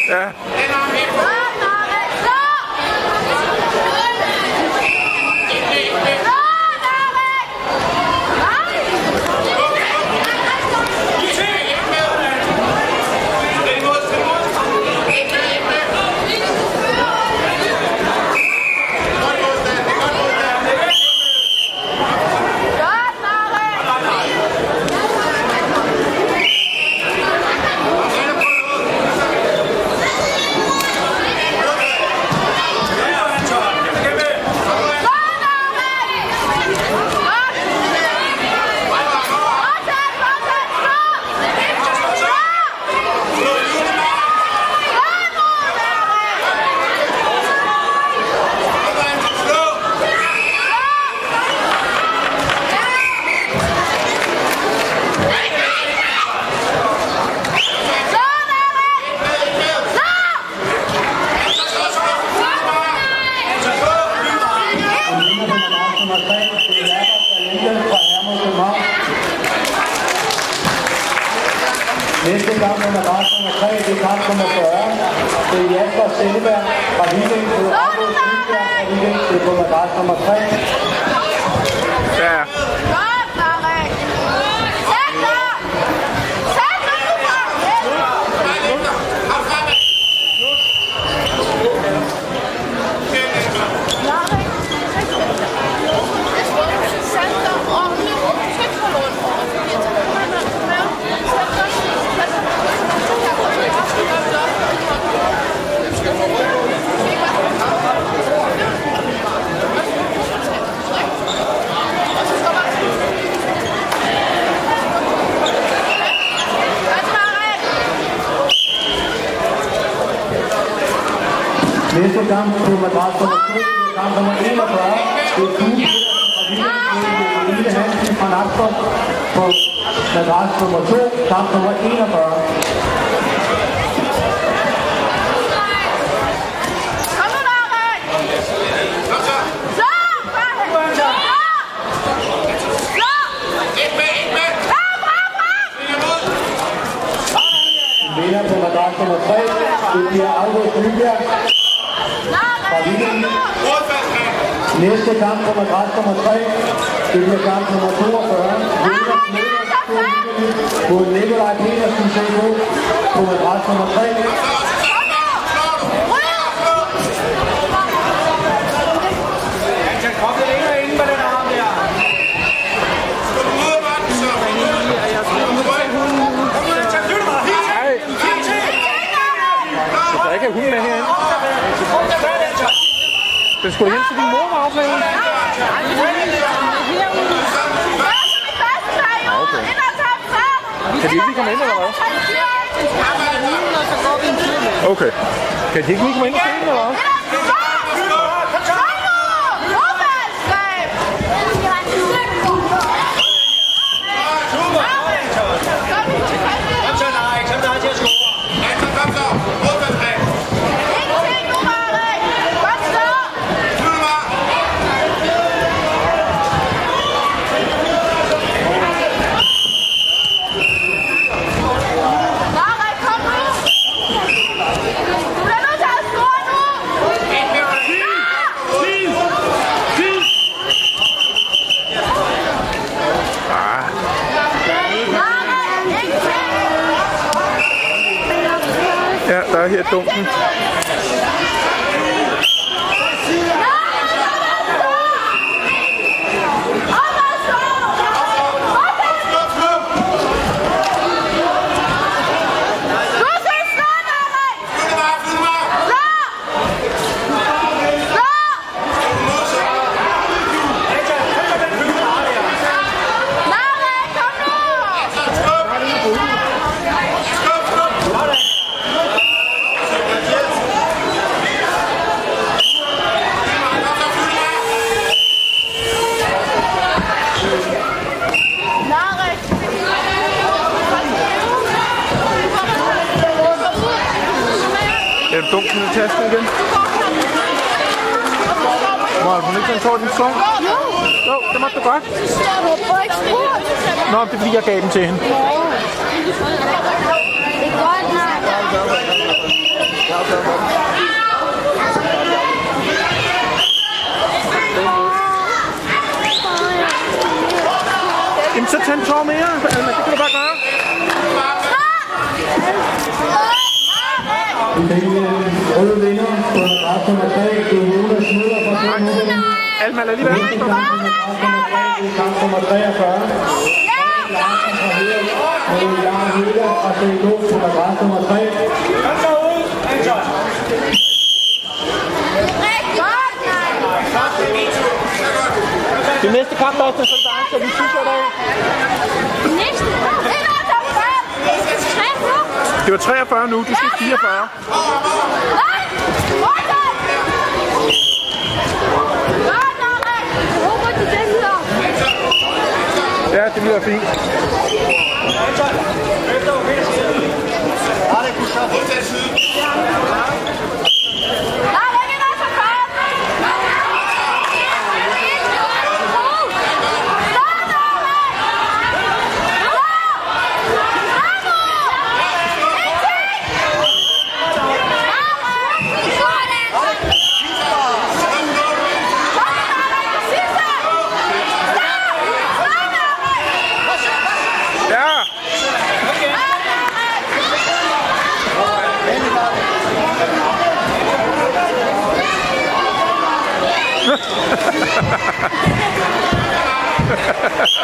Ja. Næste kamp nummer 3, det er kamp nummer 40. Det er Jasper Selleberg fra Viking. Det er Arbo Sydbjerg fra Viking. Det er på madras nummer 3. Ja. Næste kamp på madras nummer 2, det er kamp nummer 41. Det er Tue fra Viking. Det er Hansen fra Nakskov på madras nummer 2, kamp nummer 41. Vinder på madras nummer 3, det bliver Arbo Sydbjerg fra Viking. Næste kamp på madras nummer 3, det bliver kamp nummer 42. På Nikolaj Petersen CK på madras nummer 3. Der ikke er hund med herinde. Den skulle hen til din mor, var aftalen? Okay. Kan de ikke lige komme ind, eller hvad? Okay. Kan de ikke lige komme ind og se den, eller hvad? Ja, der er her dunken. Er du dunken i tasken igen? Må hun ikke få den slung? Jo, det måtte du godt. Nå, det er fordi jeg gav den til hende. Det er godt, nej. Vi fik en rød vinder på madras nummer 3. Det er Jonas Møller fra Sønderjylland. Alman er lige ved. Næste kamp på madras nummer 3. Det er kamp nummer 43. Larsen fra Høger mod Jarl Høger fra CDO på madras nummer 3. Det næste kamp er også sådan, så vi cykler der. Næste? Det var 43 nu, du skal 44. Ja, det bliver fint. Ha ha ha ha.